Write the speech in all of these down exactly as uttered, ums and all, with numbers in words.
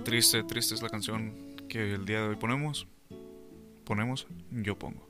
triste, triste es la canción que el día de hoy ponemos. Ponemos, yo pongo.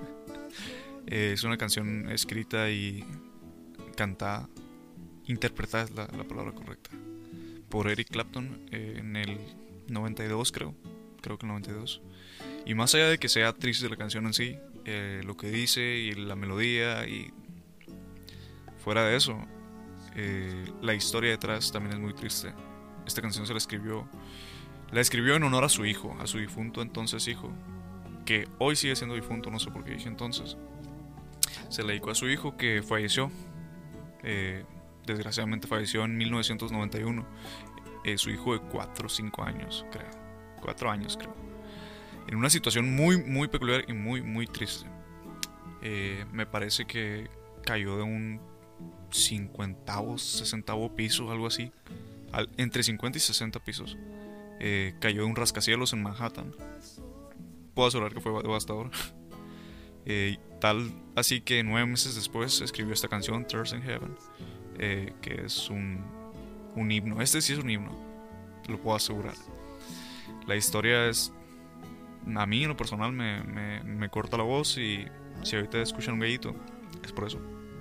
Eh, es una canción escrita y cantada, interpretada es la, la palabra correcta, por Eric Clapton eh, en el noventa y dos, creo. Creo que el noventa y dos. Y más allá de que sea triste la canción en sí, eh, lo que dice y la melodía y fuera de eso, eh, la historia detrás también es muy triste. Esta canción se la escribió, la escribió en honor a su hijo, a su difunto entonces hijo, que hoy sigue siendo difunto, no sé por qué dije entonces. Se la dedicó a su hijo que falleció, eh, desgraciadamente falleció en mil novecientos noventa y uno. Eh, su hijo de cuatro o cinco años, creo. cuatro años, creo. En una situación muy, muy peculiar y muy, muy triste. Eh, me parece que cayó de un cincuentavo, sesentavo piso, algo así. Al, entre cincuenta y sesenta pisos. Eh, cayó de un rascacielos en Manhattan. Puedo asegurar que fue devastador. Eh, tal así que nueve meses después escribió esta canción, Tears in Heaven, eh, que es un, un himno. Este sí es un himno, lo puedo asegurar. La historia es, a mí en lo personal me, me, me corta la voz, y si ahorita escuchan un gallito, es por eso.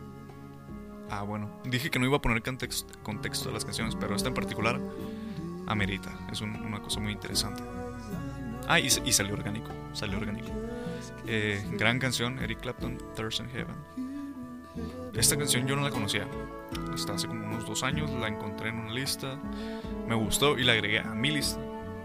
Ah, bueno, dije que no iba a poner contexto, contexto de las canciones, pero esta en particular amerita, es un, una cosa muy interesante. Ah, y, y salió orgánico, salió orgánico. Eh, gran canción, Eric Clapton, Tears in Heaven. Esta canción yo no la conocía, hasta hace como unos dos años la encontré en una lista, me gustó y la agregué a mi lista.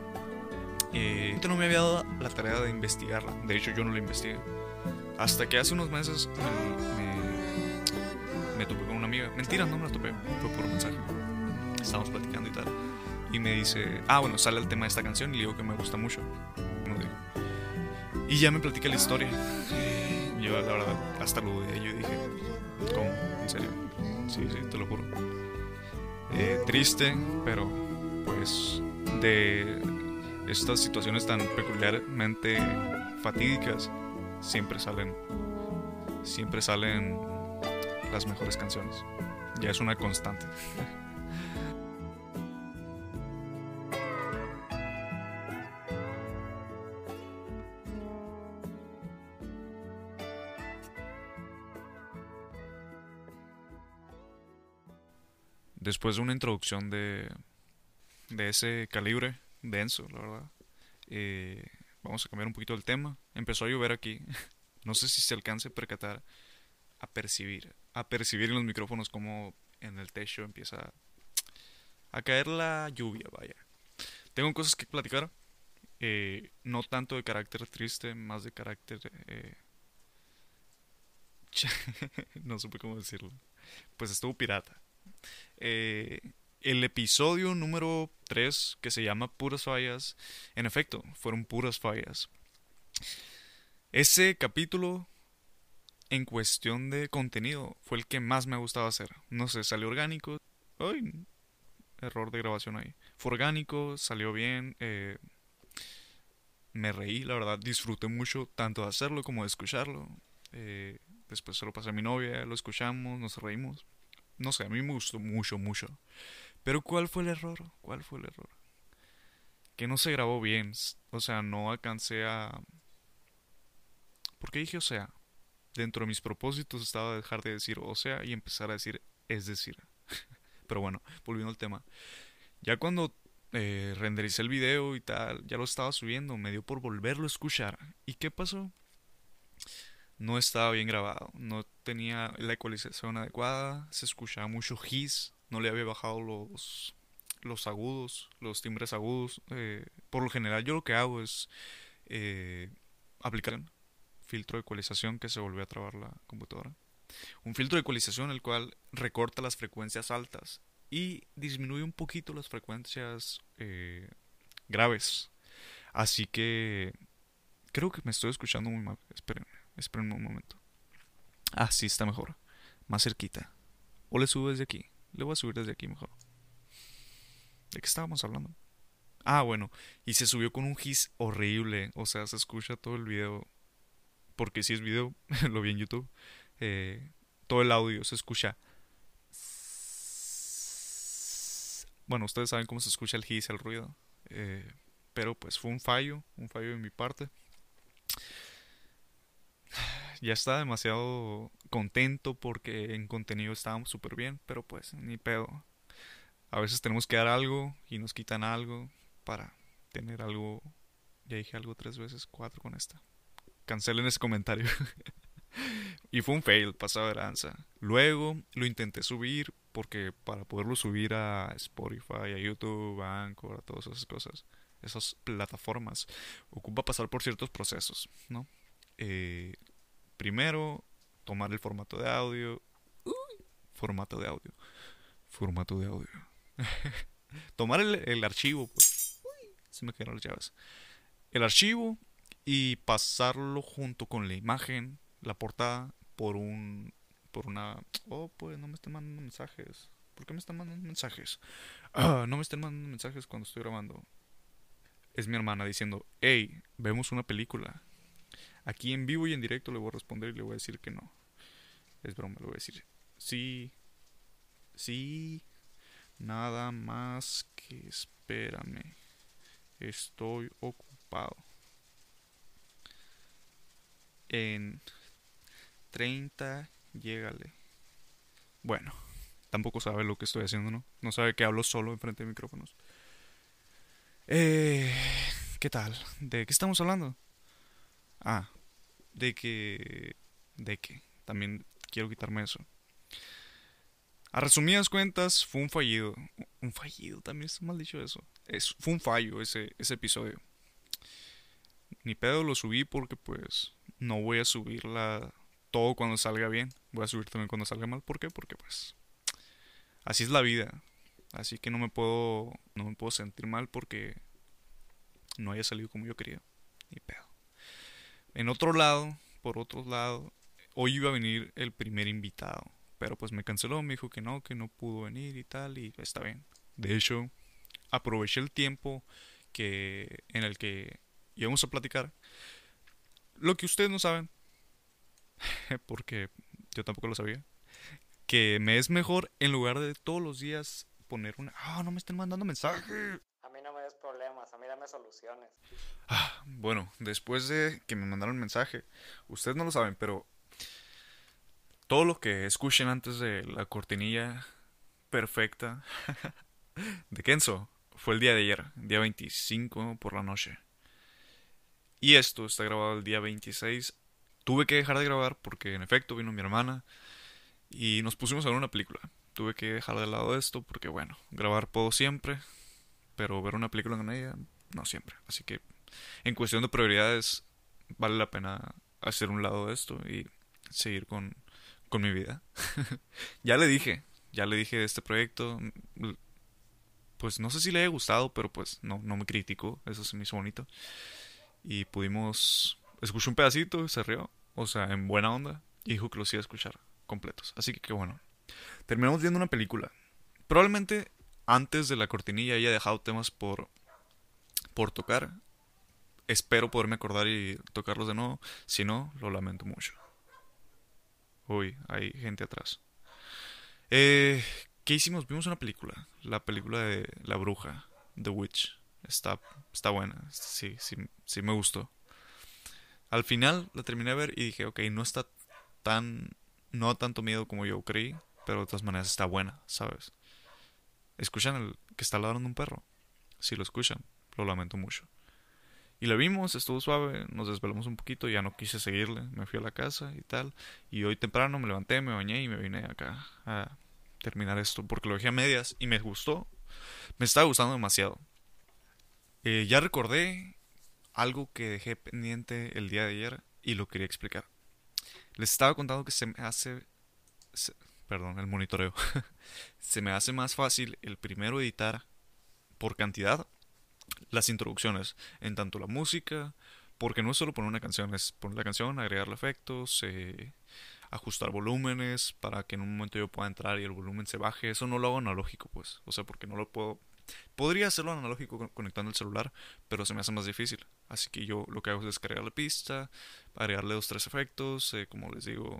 Eh, no me había dado la tarea de investigarla, de hecho yo no la investigué, hasta que hace unos meses me, me, me topé con una amiga. Mentira, no me la topé, fue por un mensaje. Estábamos platicando y tal, y me dice, ah bueno, sale el tema de esta canción, y le digo que me gusta mucho. No digo. Y ya me platica la historia. Yo la verdad hasta lo dudé. Yo dije, ¿cómo? ¿En serio? Sí, sí, te lo juro. Eh, triste, pero pues de estas situaciones tan peculiarmente fatídicas siempre salen, siempre salen las mejores canciones. Ya es una constante. Después de una introducción de, de ese calibre denso, la verdad, eh, vamos a cambiar un poquito el tema. Empezó a llover aquí. No sé si se alcance a percatar, a percibir, a percibir en los micrófonos como en el techo empieza a caer la lluvia, vaya. Tengo cosas que platicar, eh, no tanto de carácter triste, más de carácter... Eh, no supe cómo decirlo. Pues estuvo pirata. Eh, el episodio número tres, que se llama Puras Fallas, en efecto, fueron puras fallas. Ese capítulo, en cuestión de contenido, fue el que más me ha gustado hacer. No sé, salió orgánico. Ay, error de grabación ahí. Fue orgánico, salió bien. Eh, me reí, la verdad, disfruté mucho tanto de hacerlo como de escucharlo. Eh, después se lo pasé a mi novia, lo escuchamos, nos reímos. No sé, a mí me gustó mucho, mucho. Pero ¿cuál fue el error? ¿Cuál fue el error? Que no se grabó bien. O sea, no alcancé a... ¿Por qué dije o sea? Dentro de mis propósitos estaba dejar de decir o sea y empezar a decir es decir. Pero bueno, volviendo al tema. Ya cuando eh, rendericé el video y tal, ya lo estaba subiendo, me dio por volverlo a escuchar. ¿Y qué pasó? No estaba bien grabado, no tenía la ecualización adecuada, se escuchaba mucho hiss, no le había bajado los, los agudos, los timbres agudos. Eh, por lo general yo lo que hago es eh, aplicar un filtro de ecualización, que se volvió a trabar la computadora. Un filtro de ecualización el cual recorta las frecuencias altas y disminuye un poquito las frecuencias eh, graves. Así que creo que me estoy escuchando muy mal. Esperen, esperen un momento. Ah, sí, está mejor. Más cerquita. O le subo desde aquí. Le voy a subir desde aquí mejor. ¿De qué estábamos hablando? Ah, bueno. Y se subió con un hiss horrible. O sea, se escucha todo el video. Porque si es video, lo vi en YouTube. Eh, todo el audio se escucha. Bueno, ustedes saben cómo se escucha el hiss, el ruido. Eh, pero pues fue un fallo, un fallo de mi parte. Ya estaba demasiado contento porque en contenido estábamos súper bien, pero pues ni pedo. A veces tenemos que dar algo y nos quitan algo para tener algo. Ya dije algo tres veces, cuatro con esta. Cancelen ese comentario. Y fue un fail, pasado de lanza. Luego lo intenté subir porque para poderlo subir a Spotify, a YouTube, a Anchor, a todas esas cosas, esas plataformas, ocupa pasar por ciertos procesos, ¿no? Eh, Primero, tomar el formato de audio. Formato de audio. Formato de audio. Tomar el, el archivo, pues. Se me quedaron las llaves. El archivo y pasarlo junto con la imagen, la portada, por un. Por una. Oh, pues no me están mandando mensajes. ¿Por qué me están mandando mensajes? Ah, no me están mandando mensajes cuando estoy grabando. Es mi hermana diciendo: Hey, vemos una película. Aquí en vivo y en directo le voy a responder y le voy a decir que no. Es broma, le voy a decir: Sí, sí, nada más que espérame. Estoy ocupado. En treinta, llégale. Bueno, tampoco sabe lo que estoy haciendo, ¿no? No sabe que hablo solo enfrente de micrófonos. Eh, ¿Qué tal? ¿De qué estamos hablando? Ah, de que... De que... También quiero quitarme eso. A resumidas cuentas, fue un fallido. Un fallido, también está mal dicho eso. Es, fue un fallo ese, ese episodio. Ni pedo lo subí porque pues no voy a subirla todo cuando salga bien. Voy a subir también cuando salga mal. ¿Por qué? Porque pues así es la vida. Así que no me puedo no me puedo sentir mal porque no haya salido como yo quería. Ni pedo. En otro lado, por otro lado, hoy iba a venir el primer invitado, pero pues me canceló, me dijo que no, que no pudo venir y tal y está bien. De hecho, aproveché el tiempo que en el que íbamos a platicar lo que ustedes no saben, porque yo tampoco lo sabía, que me es mejor en lugar de todos los días poner una... Ah, no me estén mandando mensaje. A mí no me des problemas, a mí dame soluciones. Ah, bueno, después de que me mandaron mensaje, ustedes no lo saben, pero todo lo que escuchen antes de la cortinilla perfecta de Kenzo fue el día de ayer, día veinticinco por la noche. Y esto está grabado el día veintiséis. Tuve que dejar de grabar porque en efecto vino mi hermana y nos pusimos a ver una película. Tuve que dejar de lado esto porque bueno, grabar puedo siempre, pero ver una película con ella no siempre. Así que en cuestión de prioridades vale la pena hacer un lado de esto y seguir con, con mi vida. Ya le dije, ya le dije de este proyecto. Pues no sé si le haya gustado, pero pues no, no me criticó. Eso se me hizo bonito. Y pudimos... Escuchó un pedacito y se rió. O sea, en buena onda. Y dijo que los iba a escuchar completos. Así que qué bueno. Terminamos viendo una película. Probablemente antes de la cortinilla haya dejado temas por, por tocar. Espero poderme acordar y tocarlos de nuevo. Si no, lo lamento mucho. Uy, hay gente atrás. Eh, ¿Qué hicimos? Vimos una película. La película de La Bruja. The Witch. Está, está buena. Sí, sí, sí me gustó. Al final la terminé de ver y dije, ok, no está tan... No da tanto miedo como yo creí. Pero de todas maneras está buena, ¿sabes? ¿Escuchan el que está ladrando un perro? Si lo escuchan, lo lamento mucho. Y la vimos, estuvo suave, nos desvelamos un poquito, ya no quise seguirle, me fui a la casa y tal. Y hoy temprano me levanté, me bañé y me vine acá a terminar esto porque lo dejé a medias y me gustó, me estaba gustando demasiado. Eh, ya recordé algo que dejé pendiente el día de ayer y lo quería explicar. Les estaba contando que se me hace... se- perdón, el monitoreo. Se me hace más fácil el primero editar por cantidad las introducciones, en tanto la música, porque no es solo poner una canción, es poner la canción, agregarle efectos, eh, ajustar volúmenes para que en un momento yo pueda entrar y el volumen se baje. Eso no lo hago analógico, pues, o sea, porque no lo puedo. Podría hacerlo analógico conectando el celular, pero se me hace más difícil. Así que yo lo que hago es descargar la pista, agregarle dos, tres efectos, eh, como les digo,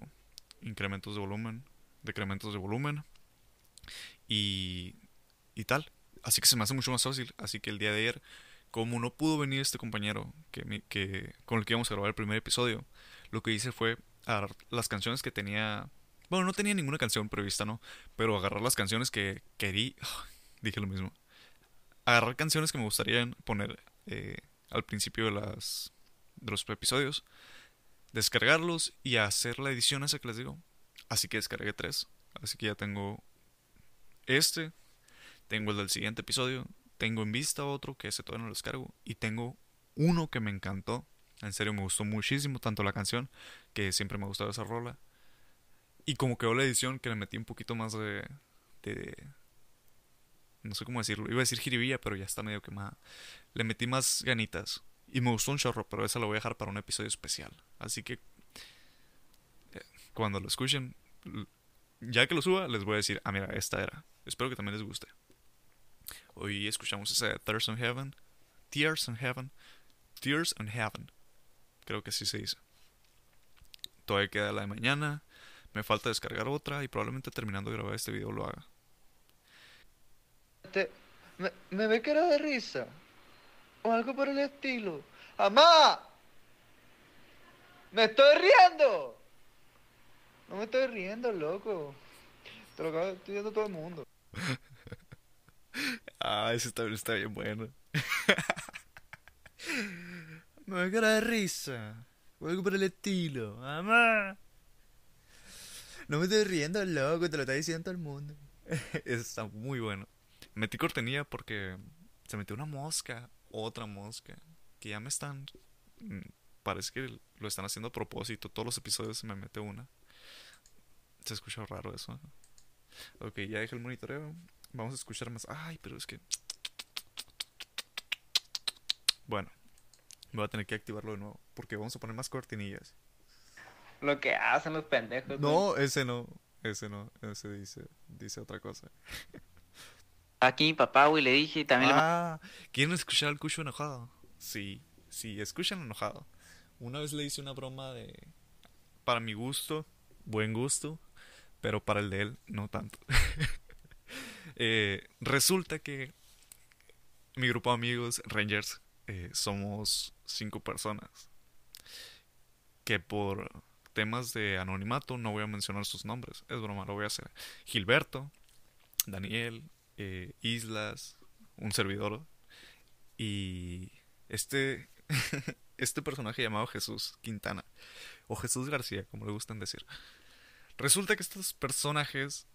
incrementos de volumen, decrementos de volumen y, y tal. así que se me hace mucho más fácil. Así que el día de ayer, como no pudo venir este compañero que, me- que con el que íbamos a grabar el primer episodio, lo que hice fue agarrar las canciones que tenía. Bueno, no tenía ninguna canción prevista, ¿no? Pero agarrar las canciones que quería. Dije lo mismo. Agarrar canciones que me gustaría poner eh, al principio de, las, de los episodios, descargarlos y hacer la edición esa que les digo. Así que descargué tres. Así que ya tengo este, tengo el del siguiente episodio, tengo en vista otro que ese todavía no lo descargo y tengo uno que me encantó. En serio me gustó muchísimo, tanto la canción, que siempre me ha gustado esa rola, y como quedó la edición que le metí un poquito más de, de no sé cómo decirlo, iba a decir jiribilla, pero ya está medio quemada. Le metí más ganitas y me gustó un chorro, pero esa lo voy a dejar para un episodio especial. Así que eh, cuando lo escuchen, ya que lo suba, les voy a decir, ah, mira, esta era. Espero que también les guste. Hoy escuchamos esa de Tears on Heaven. Tears on Heaven. Tears on Heaven. Creo que así se dice. Todavía queda la de mañana. Me falta descargar otra y probablemente terminando de grabar este video lo haga. Te- me, me ve cara de risa. O algo por el estilo. ¡Amá! ¡Me estoy riendo! No me estoy riendo, loco. Te lo acabo, estoy viendo todo el mundo. Ah, ese también está bien bueno. Me ve cara de risa. O algo por el estilo. Mamá. No me estoy riendo, loco. Te lo está diciendo todo el mundo. Ese está muy bueno. Metí cortinilla porque se metió una mosca. Otra mosca. Que ya me están... mm, Parece que lo están haciendo a propósito. Todos los episodios se me mete una. Se escucha raro eso. Ok, ya dejé el monitoreo. Vamos a escuchar más. Ay, pero es que... Bueno, voy a tener que activarlo de nuevo. Porque vamos a poner más cortinillas. Lo que hacen los pendejos, güey. No, ese no. Ese no. Ese dice, dice otra cosa. Aquí mi papá, güey, le dije y también le mandé. Ah, ¿quieren escuchar al Cucho enojado? Sí, sí, escuchan enojado. Una vez le hice una broma de... Para mi gusto, buen gusto, pero para el de él, no tanto. Eh, resulta que mi grupo de amigos, Rangers, eh, somos cinco personas. Que por temas de anonimato no voy a mencionar sus nombres. Es broma, lo voy a hacer. Gilberto, Daniel, eh, Islas, un servidor. Y este, este personaje llamado Jesús Quintana, o Jesús García, como le gustan decir. Resulta que estos personajes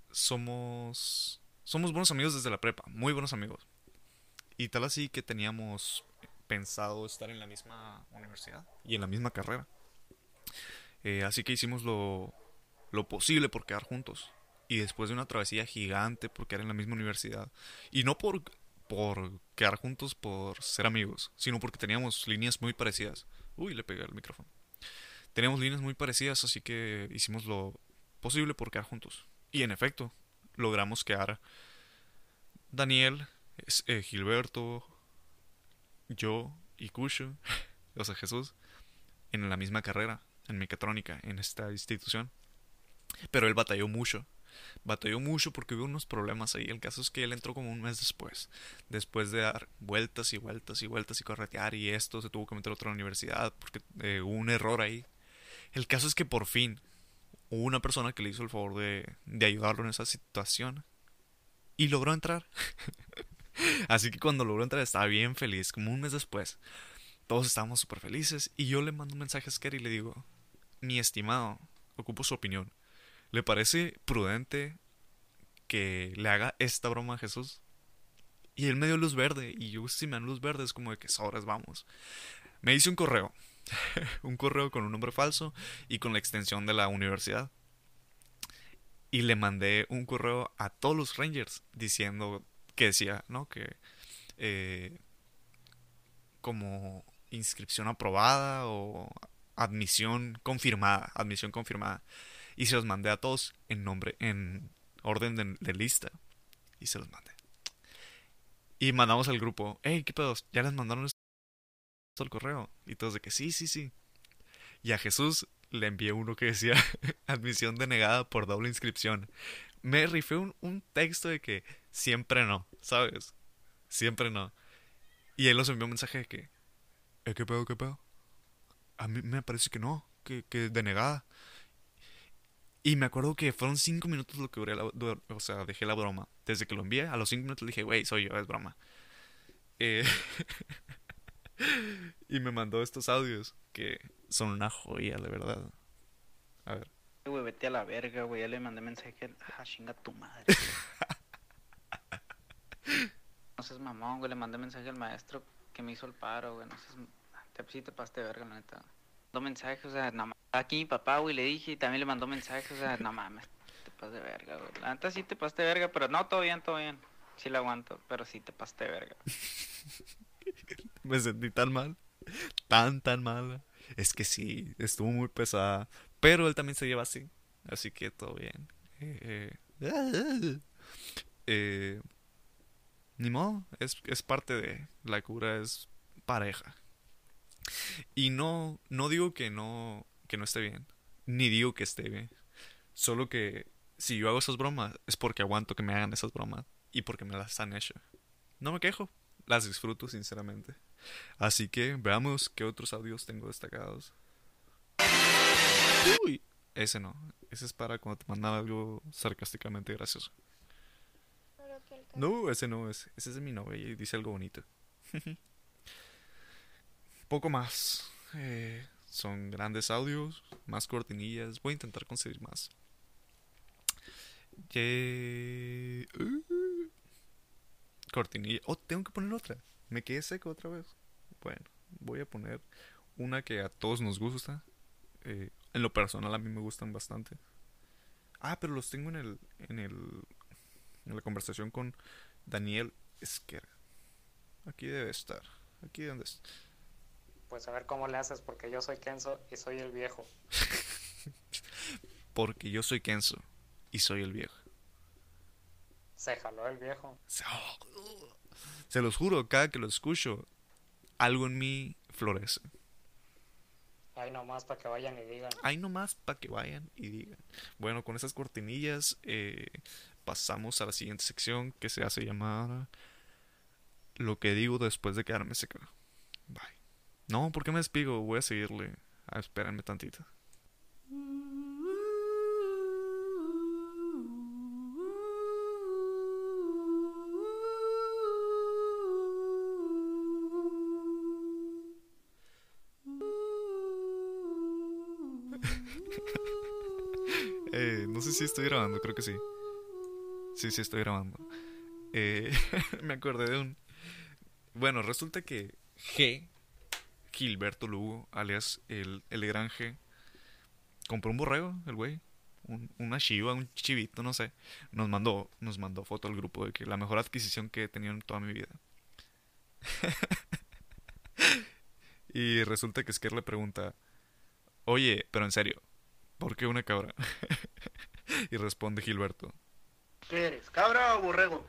somos, somos buenos amigos desde la prepa, muy buenos amigos. Y tal así que teníamos pensado estar en la misma universidad y en la misma carrera. Eh, así que hicimos lo, lo posible por quedar juntos. Y después de una travesía gigante por quedar en la misma universidad. Y no por, por quedar juntos por ser amigos, sino porque teníamos líneas muy parecidas. Uy, le pegué al micrófono. Teníamos líneas muy parecidas, así que hicimos lo posible por quedar juntos. Y en efecto, logramos quedar Daniel, es- eh, Gilberto, yo y Kushu, o sea Jesús, en la misma carrera, en mecatrónica, en esta institución. Pero él batalló mucho. Batalló mucho porque hubo unos problemas ahí. El caso es que él entró como un mes después. Después de dar vueltas y vueltas y vueltas y corretear y esto, se tuvo que meter a otra universidad porque eh, hubo un error ahí. El caso es que por fin hubo una persona que le hizo el favor de, de ayudarlo en esa situación y logró entrar. Así que cuando logró entrar estaba bien feliz, como un mes después. Todos estábamos súper felices y yo le mando un mensaje a Scary y le digo, mi estimado, ocupo su opinión. ¿Le parece prudente que le haga esta broma a Jesús? Y él me dio luz verde. Y yo, si me dan luz verde, es como de que sobres, vamos. Me hice un correo. Un correo con un nombre falso y con la extensión de la universidad. Y le mandé un correo a todos los Rangers diciendo que decía, ¿no? Que eh, como inscripción aprobada o admisión confirmada. Admisión confirmada. Y se los mandé a todos en nombre, en orden de, de lista. Y se los mandé. Y mandamos al grupo, hey, ¿qué pedos? ¿Ya les mandaron esto al correo? Y todos de que sí, sí, sí. Y a Jesús le envié uno que decía admisión denegada por doble inscripción. Me rifé un, un texto de que siempre no, ¿sabes? Siempre no. Y él los envió un mensaje de que, ¿eh, qué pedo, qué pedo? A mí me parece que no, que, que denegada. Y me acuerdo que fueron cinco minutos lo que duré la, dur- o sea, dejé la broma. Desde que lo envié, a los cinco minutos le dije, güey, soy yo, es broma. Eh, y me mandó estos audios que son una joya, de verdad. A ver. Güey, vete a la verga, güey. Ya le mandé mensaje. Ah, chinga tu madre. No seas mamón, güey. Le mandé mensaje al maestro que me hizo el paro, güey. No seas. Te, sí te pasaste de verga, la neta. Mandó mensaje, o sea, no mames. Aquí mi papá, güey, le dije y también le mandó mensaje, o sea, no mames. Te pasas de verga, güey. La neta sí te pasaste de verga, pero no, todo bien, todo bien. Sí lo aguanto, pero sí te pasaste de verga. Me sentí tan mal. Tan, tan mal. Es que sí, estuvo muy pesada. Pero él también se lleva así. Así que todo bien. Eh, eh, eh, ni modo, es, es parte de la cura, es pareja. Y no, no digo que no, que no esté bien. Ni digo que esté bien. Solo que si yo hago esas bromas es porque aguanto que me hagan esas bromas. Y porque me las han hecho. No me quejo. Las disfruto sinceramente. Así que veamos qué otros audios tengo destacados. Uy, ese no. Ese es para cuando te mandan algo sarcásticamente gracioso. No, ese no es. Ese es de mi novia y dice algo bonito. Poco más. Eh, son grandes audios, más cortinillas. Voy a intentar conseguir más. Ye- uh, cortinilla. Oh, tengo que poner otra. Me quedé seco otra vez. Bueno, voy a poner una que a todos nos gusta. Eh, en lo personal a mí me gustan bastante. Ah, pero los tengo en el, en el, en la conversación con Daniel Esquer. Aquí debe estar. Aquí donde está. Pues a ver cómo le haces, porque yo soy Kenzo y soy el viejo. Porque yo soy Kenzo y soy el viejo. Se jaló el viejo. Se, oh, se los juro, cada que lo escucho, algo en mí florece. Ahí nomás para que vayan y digan. Ahí nomás para que vayan y digan. Bueno, con esas cortinillas eh, pasamos a la siguiente sección que se hace llamar Lo que digo después de quedarme seco. Bye. No, ¿por qué me despido? Voy a seguirle. Ah, espérenme tantito. eh, no sé si estoy grabando, creo que sí. Sí, sí estoy grabando. Eh, me acordé de un... Bueno, resulta que G, Gilberto Lugo, alias el, el gran G, compró un borrego, el güey. Un, una chiva, un chivito, no sé. Nos mandó, nos mandó foto al grupo de que la mejor adquisición que he tenido en toda mi vida. Y resulta que Sker le pregunta, oye, pero en serio, ¿por qué una cabra? Y responde Gilberto, ¿Qué eres? ¿Cabra o borrego?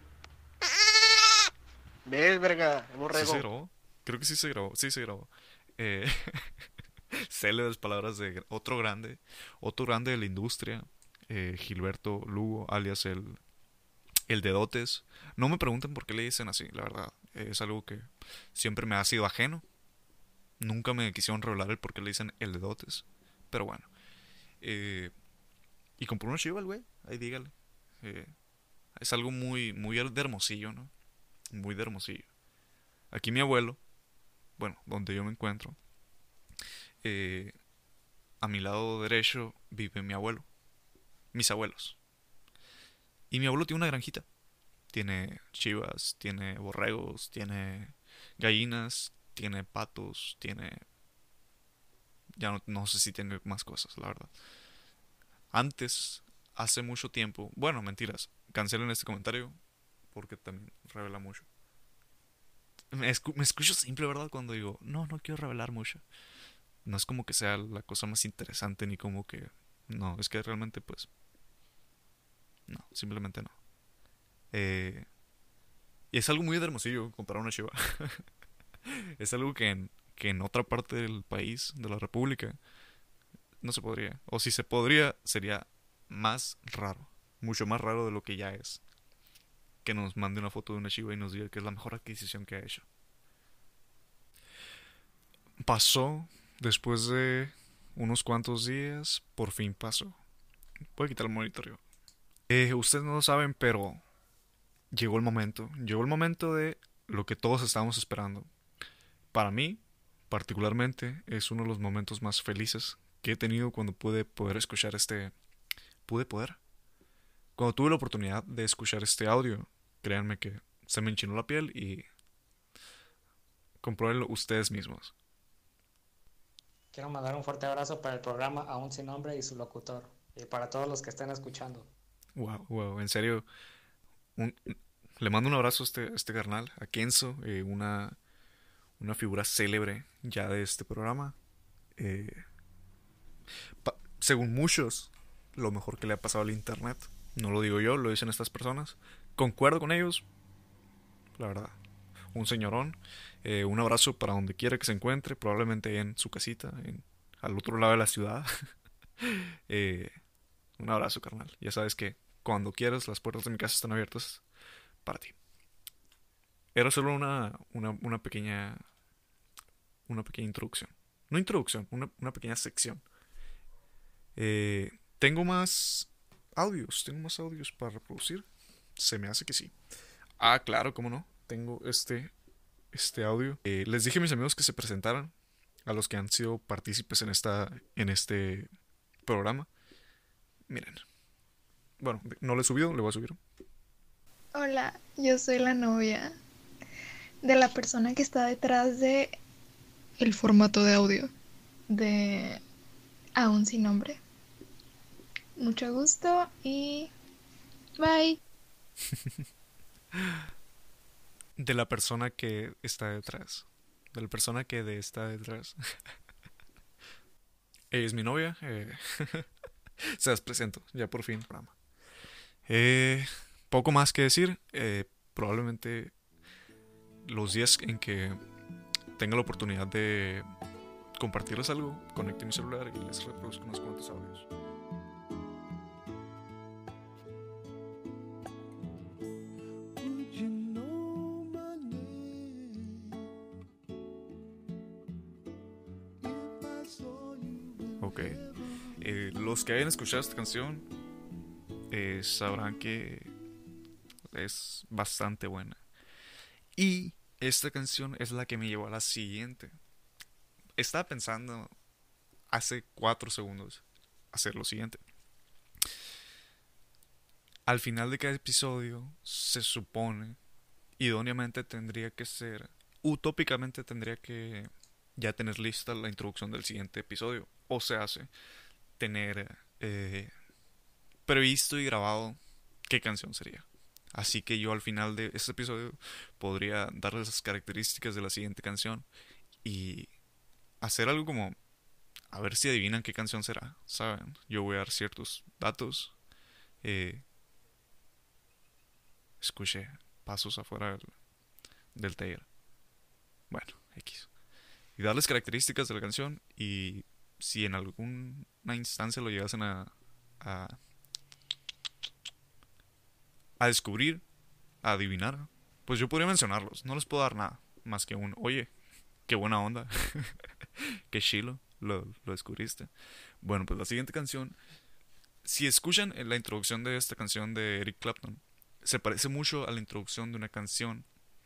¿Ves, verga? ¿sí Borrego. se grabó? Creo que sí se grabó, sí se grabó. Eh, célebres palabras de otro grande, otro grande de la industria, eh, Gilberto Lugo, alias el, el Dedotes. No me pregunten por qué le dicen así, la verdad. Es algo que siempre me ha sido ajeno. Nunca me quisieron revelar el por qué le dicen el Dedotes. Pero bueno. Eh, y compró una chiva el güey, ahí dígale. Eh, es algo muy, muy de Hermosillo, ¿no? Muy de Hermosillo. Aquí mi abuelo, bueno, donde yo me encuentro, eh, a mi lado derecho vive mi abuelo, mis abuelos. Y mi abuelo tiene una granjita. Tiene chivas, tiene borregos, tiene gallinas, tiene patos, tiene... Ya no, no sé si tiene más cosas, la verdad. Antes, hace mucho tiempo... Bueno, mentiras. Cancelen este comentario porque también revela mucho. Me, escu me escucho simple, ¿verdad? Cuando digo, no, no quiero revelar mucho. No es como que sea la cosa más interesante ni como que... No, es que realmente pues... No, simplemente no. Eh, y es algo muy de Hermosillo comprar una chiva. Es algo que en, que en otra parte del país, de la república, no se podría. O si se podría, sería más raro. Mucho más raro de lo que ya es. que nos mande una foto de una chiva y nos diga que es la mejor adquisición que ha hecho. Pasó después de unos cuantos días, por fin pasó. Voy a quitar el monitoreo. Eh, ustedes no lo saben, pero llegó el momento. Llegó el momento de lo que todos estábamos esperando. Para mí, particularmente, es uno de los momentos más felices que he tenido cuando pude poder escuchar este... Pude poder. Cuando tuve la oportunidad de escuchar este audio, créanme que se me enchinó la piel y compruébenlo ustedes mismos. Quiero mandar un fuerte abrazo para el programa Aún Sin Nombre y su locutor. Y para todos los que estén escuchando. Wow, wow, en serio. Un, le mando un abrazo a este, a este carnal, a Kenzo, eh, una, una figura célebre ya de este programa. Eh, pa- según muchos, lo mejor que le ha pasado al internet. No lo digo yo, lo dicen estas personas. Concuerdo con ellos, la verdad. Un señorón. Eh, un abrazo para donde quiera que se encuentre, probablemente en su casita, en, al otro lado de la ciudad. eh, un abrazo, carnal. Ya sabes que cuando quieras, las puertas de mi casa están abiertas para ti. Era solo una, una, una pequeña. Una pequeña introducción. No introducción, una, una pequeña sección. Eh, tengo más audios. Tengo más audios para reproducir. Se me hace que sí. Ah, claro, cómo no. Tengo este, este audio. Eh, les dije a mis amigos que se presentaran. A los que han sido partícipes en, esta, en este programa. Miren. Bueno, no le he subido, le voy a subir. Hola, yo soy la novia de la persona que está detrás de el formato de audio de Aún Sin Nombre. Mucho gusto y bye. De la persona que está detrás. De la persona que de está detrás. Ella es mi novia. Eh, se las presento, ya por fin. Eh, poco más que decir. Eh, probablemente los días en que tenga la oportunidad de compartirles algo, conecte mi celular y les reproduzco unos cuantos audios. Ok. Eh, los que hayan escuchado esta canción eh, sabrán que es bastante buena. Y esta canción es la que me llevó a la siguiente. Estaba pensando hace cuatro segundos hacer lo siguiente. Al final de cada episodio se supone, idóneamente tendría que ser, utópicamente tendría que ya tener lista la introducción del siguiente episodio. O se hace tener eh, previsto y grabado qué canción sería. Así que yo al final de este episodio podría darles las características de la siguiente canción y hacer algo como a ver si adivinan qué canción será, ¿saben? Yo voy a dar ciertos datos. Eh, escuché pasos afuera del, del taller. Bueno, X. Y darles características de la canción y si en alguna instancia lo llegasen a, a, a descubrir, a adivinar, pues yo podría mencionarlos. No les puedo dar nada más que un, oye, qué buena onda, qué chilo, lo, lo descubriste. Bueno, pues la siguiente canción, si escuchan la introducción de esta canción de Eric Clapton, se parece mucho a la introducción de una canción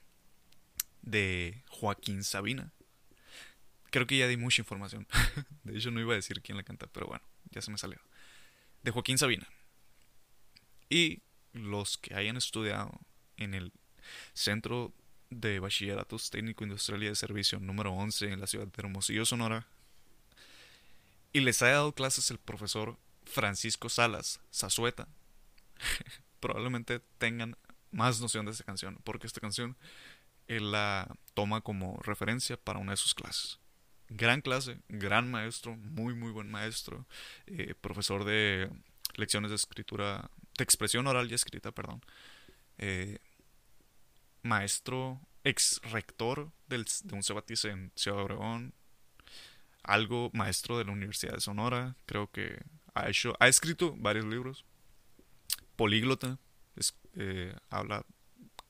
de Joaquín Sabina. Creo que ya di mucha información. De hecho no iba a decir quién la canta, pero bueno, ya se me salió. De Joaquín Sabina. Y los que hayan estudiado en el Centro de Bachilleratos Técnico Industrial y de Servicio número once en la ciudad de Hermosillo, Sonora, y les haya dado clases el profesor Francisco Salas Zazueta, probablemente tengan más noción de esta canción, porque esta canción él la toma como referencia para una de sus clases. Gran clase, gran maestro, muy muy buen maestro, eh, profesor de lecciones de escritura, de expresión oral y escrita, perdón, eh, maestro, ex rector del, de un Cebatis en Ciudad Obregón, algo maestro de la Universidad de Sonora, creo que ha hecho, ha escrito varios libros, políglota, es, eh, habla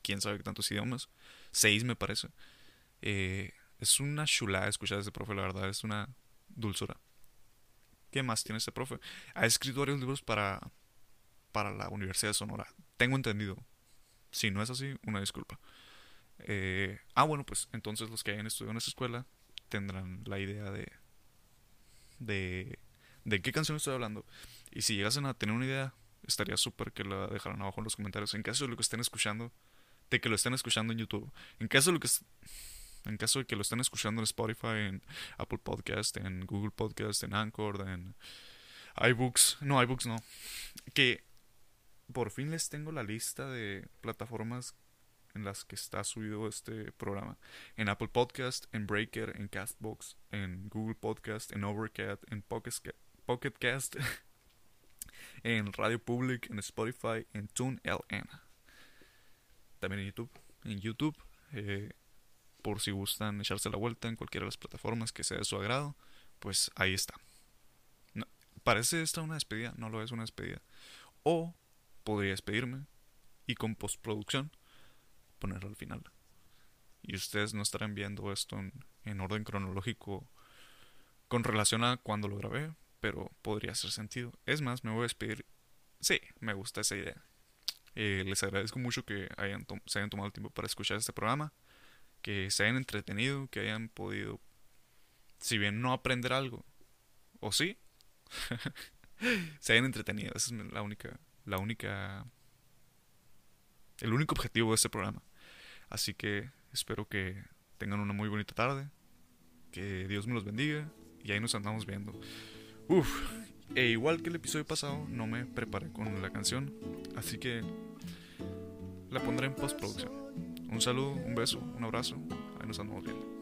quién sabe qué tantos idiomas. Seis me parece. Eh, es una chulada escuchar a ese profe, la verdad, es una dulzura. ¿Qué más tiene este profe? Ha escrito varios libros para, para la Universidad de Sonora. Tengo entendido. Si no es así, una disculpa. Eh, ah, bueno, pues entonces los que hayan estudiado en esa escuela tendrán la idea de, de, de qué canción estoy hablando. Y si llegasen a tener una idea, estaría súper que la dejaran abajo en los comentarios. En caso de lo que estén escuchando, de que lo estén escuchando en YouTube. En caso de lo que en caso de que lo estén escuchando en Spotify, en Apple Podcast, en Google Podcast, en Anchor, en iBooks. No, iBooks no. Que por fin les tengo la lista de plataformas en las que está subido este programa. En Apple Podcast, en Breaker, en Castbox, en Google Podcast, en Overcast, en Pocket Cast, en Radio Public, en Spotify, en TuneLN. También en YouTube. En YouTube, eh, por si gustan echarse la vuelta en cualquiera de las plataformas que sea de su agrado, pues ahí está. No, parece esta una despedida, no lo es una despedida. O podría despedirme y con postproducción ponerlo al final. Y ustedes no estarán viendo esto en, en orden cronológico con relación a cuando lo grabé, pero podría hacer sentido. Es más, me voy a despedir. Sí, me gusta esa idea. Eh, les agradezco mucho que hayan se hayan tomado el tiempo para escuchar este programa, que se hayan entretenido, que hayan podido, si bien no aprender algo, o sí, se hayan entretenido. Esa es la única, la única, el único objetivo de este programa. Así que espero que tengan una muy bonita tarde, que Dios me los bendiga y ahí nos andamos viendo. Uf, e igual que el episodio pasado, no me preparé con la canción, así que la pondré en postproducción. Un saludo, un beso, un abrazo, ahí nos andamos viendo.